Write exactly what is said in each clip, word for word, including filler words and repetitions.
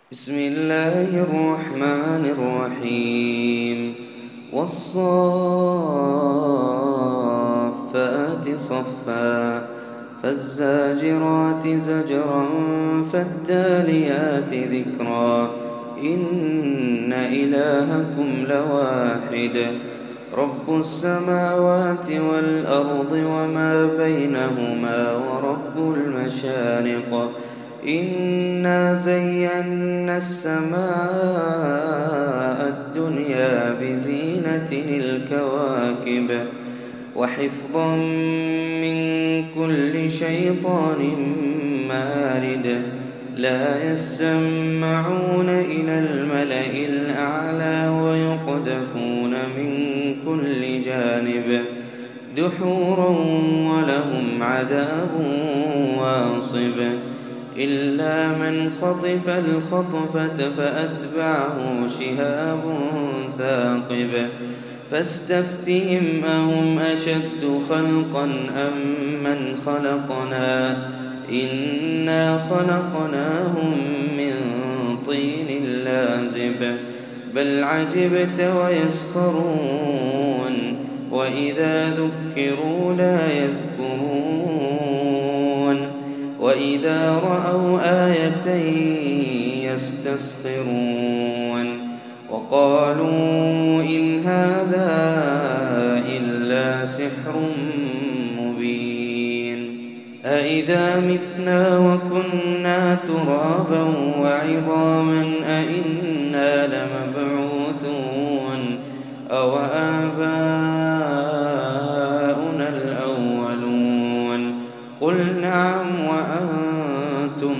بسم الله الرحمن الرحيم والصافات صفا فالزاجرات زجرا فالتاليات ذكرا إن إلهكم لواحد رب السماوات والأرض وما بينهما ورب المشارق إنا زينا السماء الدنيا بزينة الكواكب وحفظا من كل شيطان مارد لا يسمعون إلى الملأ الأعلى ويقذفون من كل جانب دحورا ولهم عذاب واصب إلا من خطف الخطفة فأتبعه شهاب ثاقب فاستفتهم أهم أشد خلقا أم من خلقنا إنا خلقناهم من طين لازب بل عجبت ويسخرون وإذا ذكروا لا يذكرون وإذا رأوا آية يستسخرون وقالوا إن هذا إلا سحر مبين أإذا متنا وكنا ترابا وعظاما أإنا لمبعوثون أو آباؤنا الأولون قل نعم وأنتم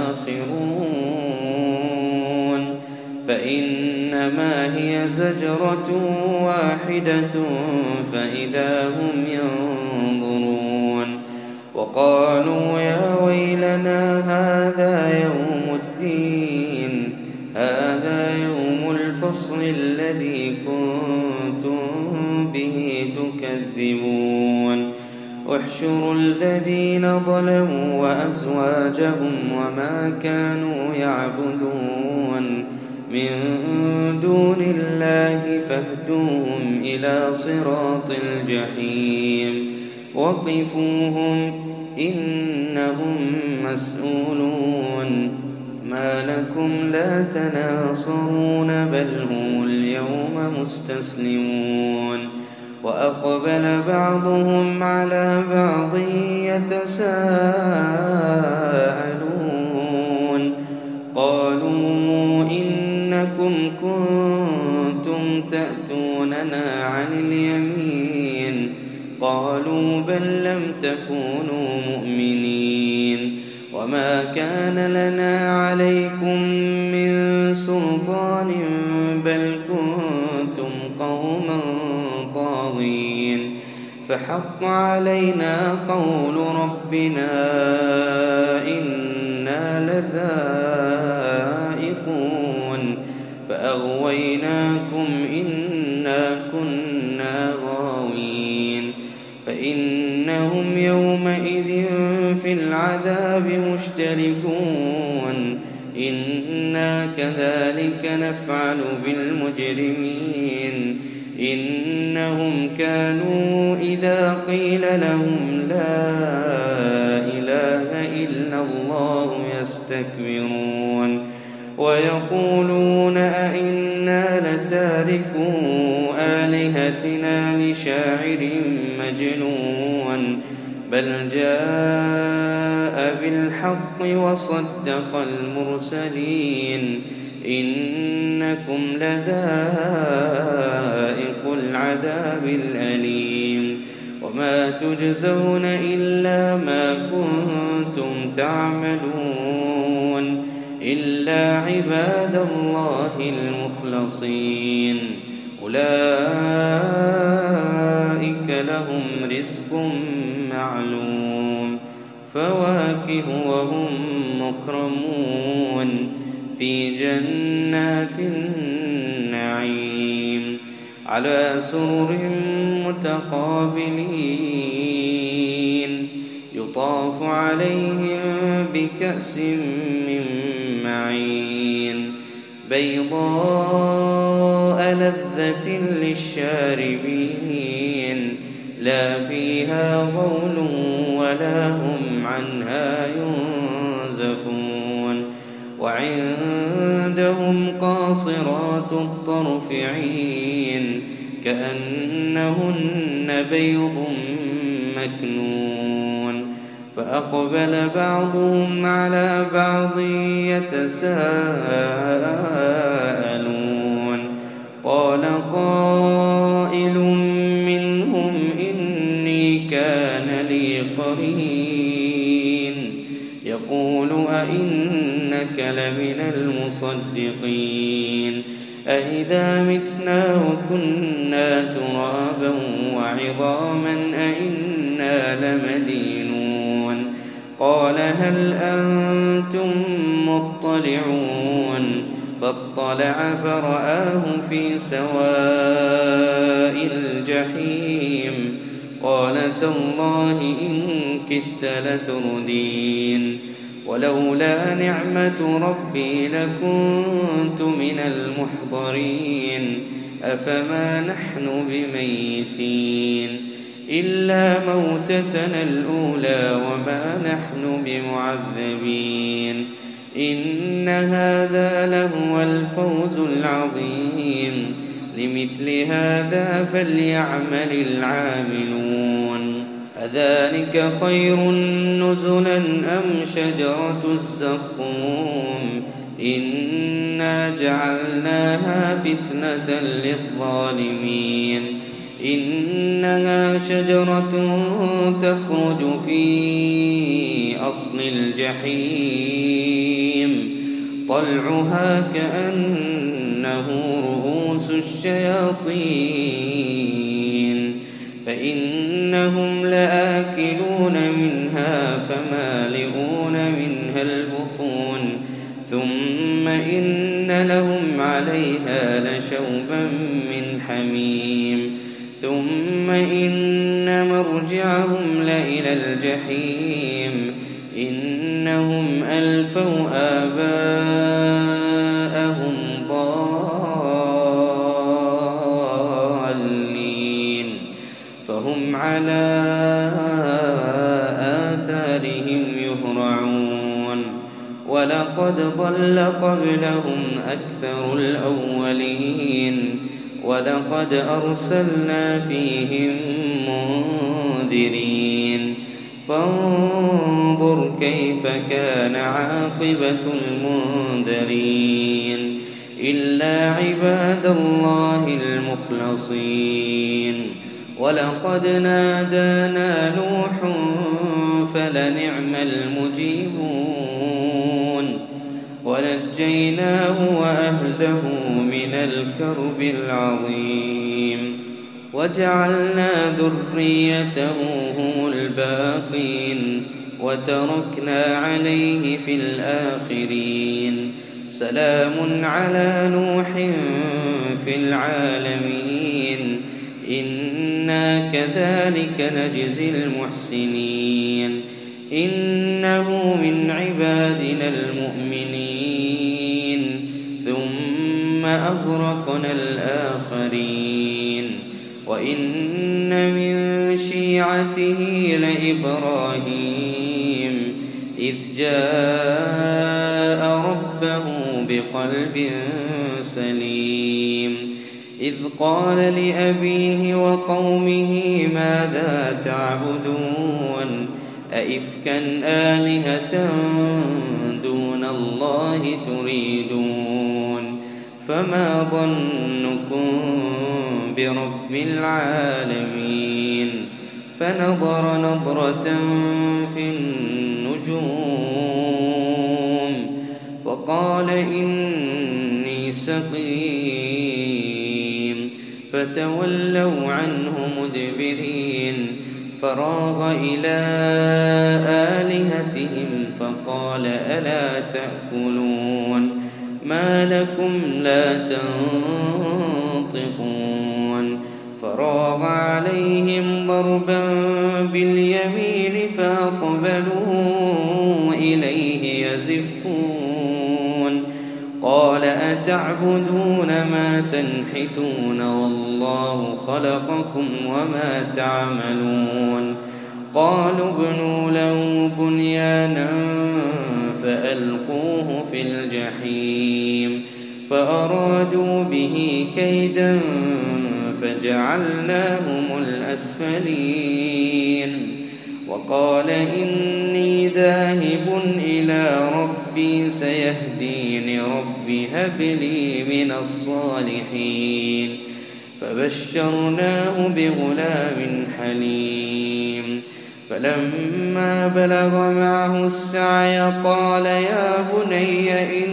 داخرون فإنما هي زجرة واحدة فإذا هم ينظرون وقالوا يا ويلنا هذا يوم الدين هذا يوم الفصل الذي كنتم به تكذبون احشروا الذين ظلموا وأزواجهم وما كانوا يعبدون من دون الله فاهدوهم إلى صراط الجحيم وقفوهم إنهم مسؤولون ما لكم لا تناصرون بل هم اليوم مستسلمون وأقبل بعضهم على بعض يتساءلون قالوا إنكم كنتم تأتوننا عن اليمين قالوا بل لم تكونوا مؤمنين وما كان لنا عليكم من سلطان بل كنتم قوما طاغين فحق علينا قول ربنا إنا لذائقون فأغويناكم إنا كنا غاوين فإنهم يومئذ في العذاب مشتركون إنا كذلك نفعل بالمجرمين إنهم كانوا إذا قيل لهم لا إله إلا الله يستكبرون ويقولون أئنا لتاركو آلهتنا لشاعر مجنون بل جاء بالحق وصدق المرسلين إنكم لذائق العذاب الأليم وما تجزون إلا ما كنتم تعملون إلا عباد الله المخلصين أولئك لهم رزق معلوم فواكه وهم مكرمون في جنات النعيم على سرر متقابلين يطاف عليهم بكأس من معين بيضاء لذة للشاربين لا فيها غول ولا هم عنها ينزفون وعندهم قاصرات الطرف عين كأنهن بيض مكنون فأقبل بعضهم على بعض يتساءلون قال قائل منهم إني كان لي قرين يقول أئنك لمن المصدقين أئذا متنا وكنا ترابا وعظاما أئنا لمدينون قال هل أنتم مطلعون فاطلع فرآه في سواء الجحيم قال تالله إن كدت لتردين ولولا نعمة ربي لكنت من المحضرين أفما نحن بميتين إلا موتتنا الأولى وما نحن بمعذبين إن هذا لهو الفوز العظيم لمثل هذا فليعمل العاملون أذلك خير نزلا أم شجرة الزقوم إنا جعلناها فتنة للظالمين إنها شجرة تخرج في أصل الجحيم طلعها كأنه رؤوس الشياطين فإنهم لآكلون منها فمالئون منها البطون ثم إن لهم عليها لشوبا من حميم ثم إن مرجعهم لإلى الجحيم إنهم ألفوا آباءهم ضالين فهم على آثارهم يهرعون ولقد ضل قبلهم أكثر الأولين ولقد أرسلنا فيهم منذرين فانظر كيف كان عاقبة المنذرين إلا عباد الله المخلصين ولقد نادانا نوح فلنعم المجيبون ونجيناه وأهله من الكرب العظيم وجعلنا ذريته هم الباقين وتركنا عليه في الآخرين سلام على نوح في العالمين إنا كذلك نجزي المحسنين إنه من عبادنا المؤمنين ثم أغرقنا الآخرين وإن من شيعته لإبراهيم إذ جاء ربه بقلب سليم إذ قال لأبيه وقومه ماذا تعبدون أئفكا آلهة دون الله تريدون فما ظنكم برب العالمين فنظر نظرة في النجوم فقال إني سقيم فتولوا عنه مدبرين فراغ إلى آلهتهم فقال ألا تأكلون ما لكم لا تنطقون فراغ عليهم ضربا باليمين فأقبلوا إليه يزفون قال أتعبدون ما تنحتون والله خلقكم وما تعملون قالوا ابنوا له بنيانا فألقوه في الجحيم فأرادوا به كيدا فجعلناهم الأسفلين وقال إني ذاهب إلى ربي سيهدين رب هب لي من الصالحين فبشرناه بغلام حليم فلما بلغ معه السعي قال يا بني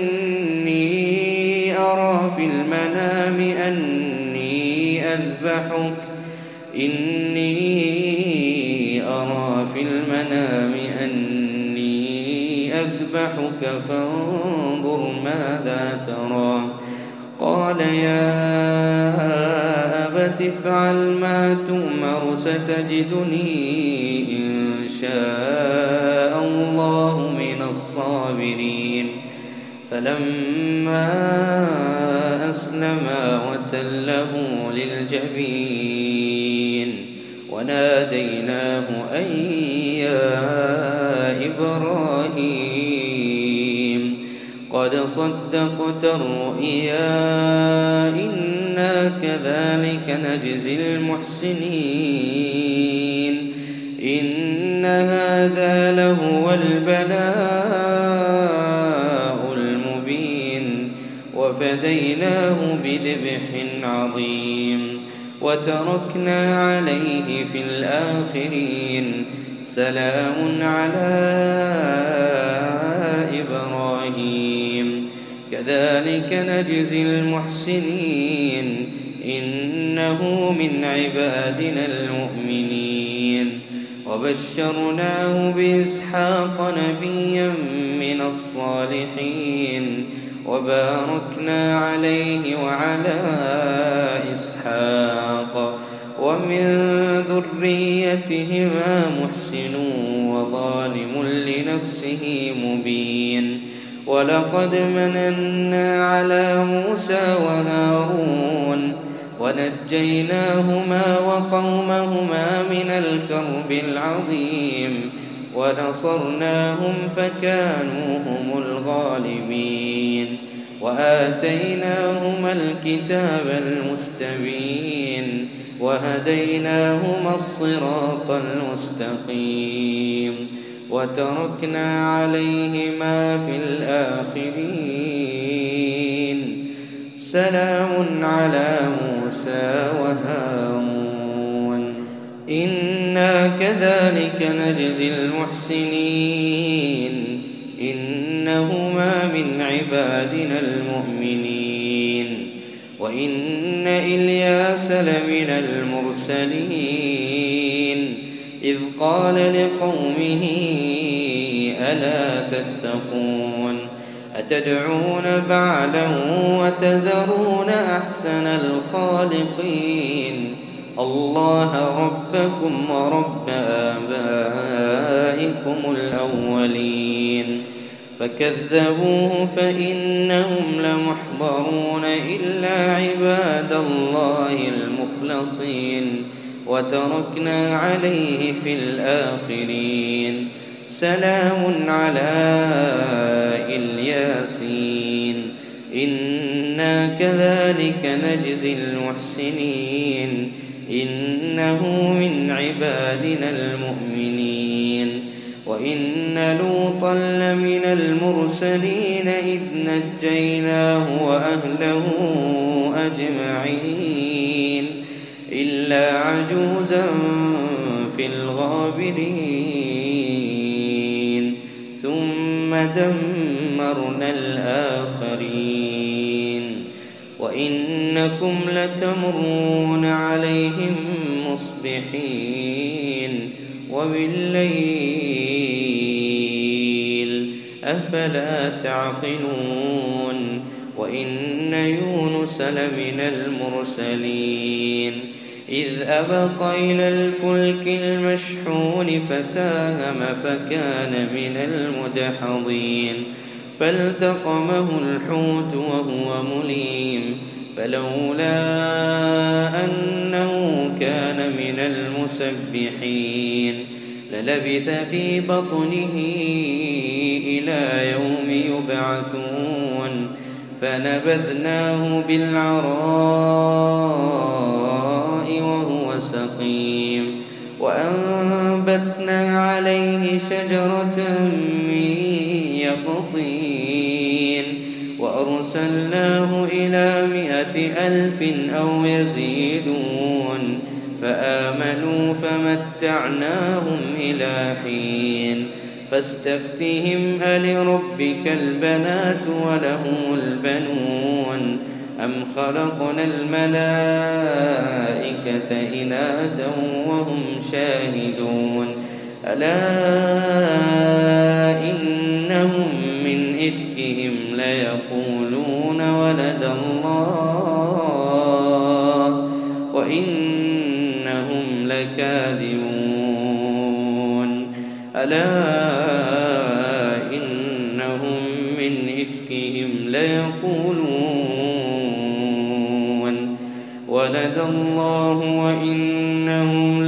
إني أرى في المنام أني أذبحك إني أرى في المنام أني أذبحك فانظر ماذا ترى قال يا أبت افعل ما تؤمر ستجدني إن شاء الله من الصابرين فلما أسلما وتله للجبين وناديناه أن يا إبراهيم قد صدقت الرؤيا إنا كذلك نجزي المحسنين إن هذا لهو البلاء المبين وفديناه بذبح عظيم وتركنا عليه في الآخرين سلام على إبراهيم كذلك نجزي المحسنين إنه من عبادنا المؤمنين وبشرناه بإسحاق نبيا من الصالحين وباركنا عليه وعلى إسحاق ومن ذريتهما محسن وظالم لنفسه مبين ولقد مننا على موسى وهارون ونجيناهما وقومهما من الكرب العظيم ونصرناهم فكانوا هم الغالبين وآتيناهما الكتاب المستبين وهديناهما الصراط المستقيم وتركنا عليهما في الآخرين سلام على موسى وهارون إنا كذلك نجزي المحسنين إنهما من عبادنا المؤمنين وإن إلياس لمن المرسلين إذ قال لقومه ألا تتقون أتدعون بعلا وتذرون أحسن الخالقين الله ربكم ورب آبائكم الأولين فكذبوه فإنهم لمحضرون إلا عباد الله المخلصين وتركنا عليه في الآخرين سلام على الياسين إنا كذلك نجزي المحسنين إنه من عبادنا المؤمنين وإن لوطا لمن المرسلين إذ نجيناه وأهله أجمعين إلا عجوزا في الغابرين ثم دمرنا الآخرين وإنكم لتمرون عليهم مصبحين وبالليل أفلا تعقلون وإن يونس لمن المرسلين إذ أبق إلى الفلك المشحون فساهم فكان من المدحضين فالتقمه الحوت وهو مليم فلولا أنه كان من المسبحين للبث في بطنه إلى يوم يبعثون فنبذناه بالعراء وهو سقيم وأنبتنا عليه شجرة من يقطين وأرسلناه إلى مائة ألف أو يزيدون فآمنوا فمتعناهم إلى حين فاستفتهم ألربك البنات ولهم البنون أم خلقنا الملائكة إناثا وهم شاهدون ألا إنهم من إفكهم ليقولون ولد الله وإنهم لكاذبون ألا إنهم من إفكهم ليقولون ولد الله وإنهم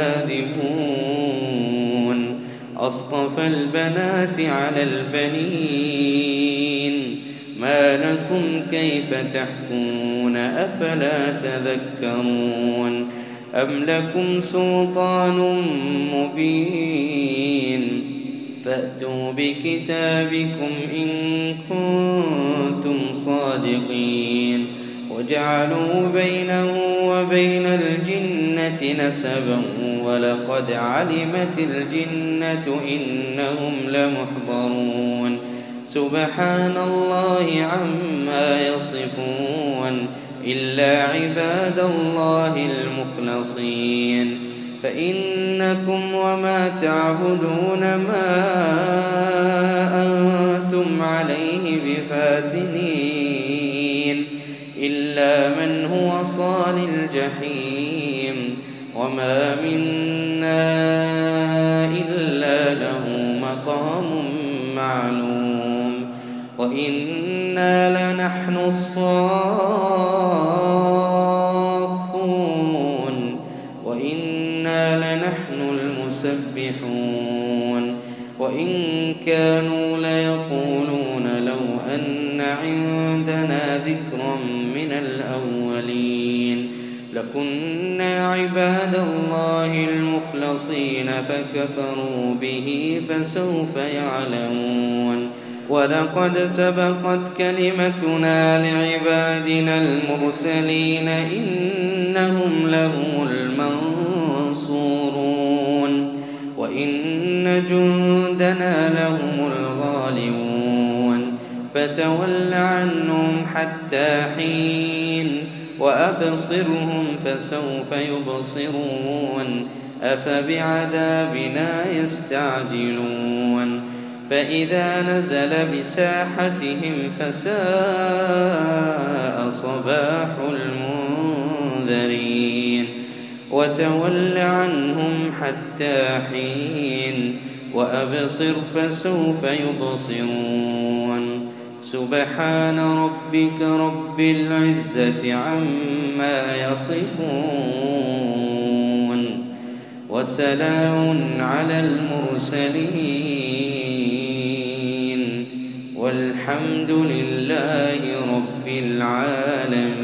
لكاذبون أصطفى البنات على البنين ما لكم كيف تحكمون أفلا تذكرون أم لكم سلطان مبين فأتوا بكتابكم إن كنتم صادقين وجعلوا بينه وبين الجنة نسبا ولقد علمت الجنة إنهم لمحضرون سبحان الله عما يصفون إلا عباد الله المخلصين فإنكم وما تعبدون ما أنتم عليه بفاتنين إلا من هو صال الجحيم وما منا إلا له مقام معلوم وإنا لنحن الصافون وإنا لنحن المسبحون وإن كانوا ليقولون لو أن عندنا ذكرا من الأولين لكنا عباد الله المخلصين فكفروا به فسوف يعلمون ولقد سبقت كلمتنا لعبادنا المرسلين إنهم لهم المنصورون وإن جندنا لهم الغالبون فتول عنهم حتى حين وأبصرهم فسوف يبصرون أفبعذابنا يستعجلون فإذا نزل بساحتهم فساء صباح المنذرين وتول عنهم حتى حين وأبصر فسوف يبصرون سبحان ربك رب العزة عما يصفون وسلام على المرسلين والحمد لله رب العالمين.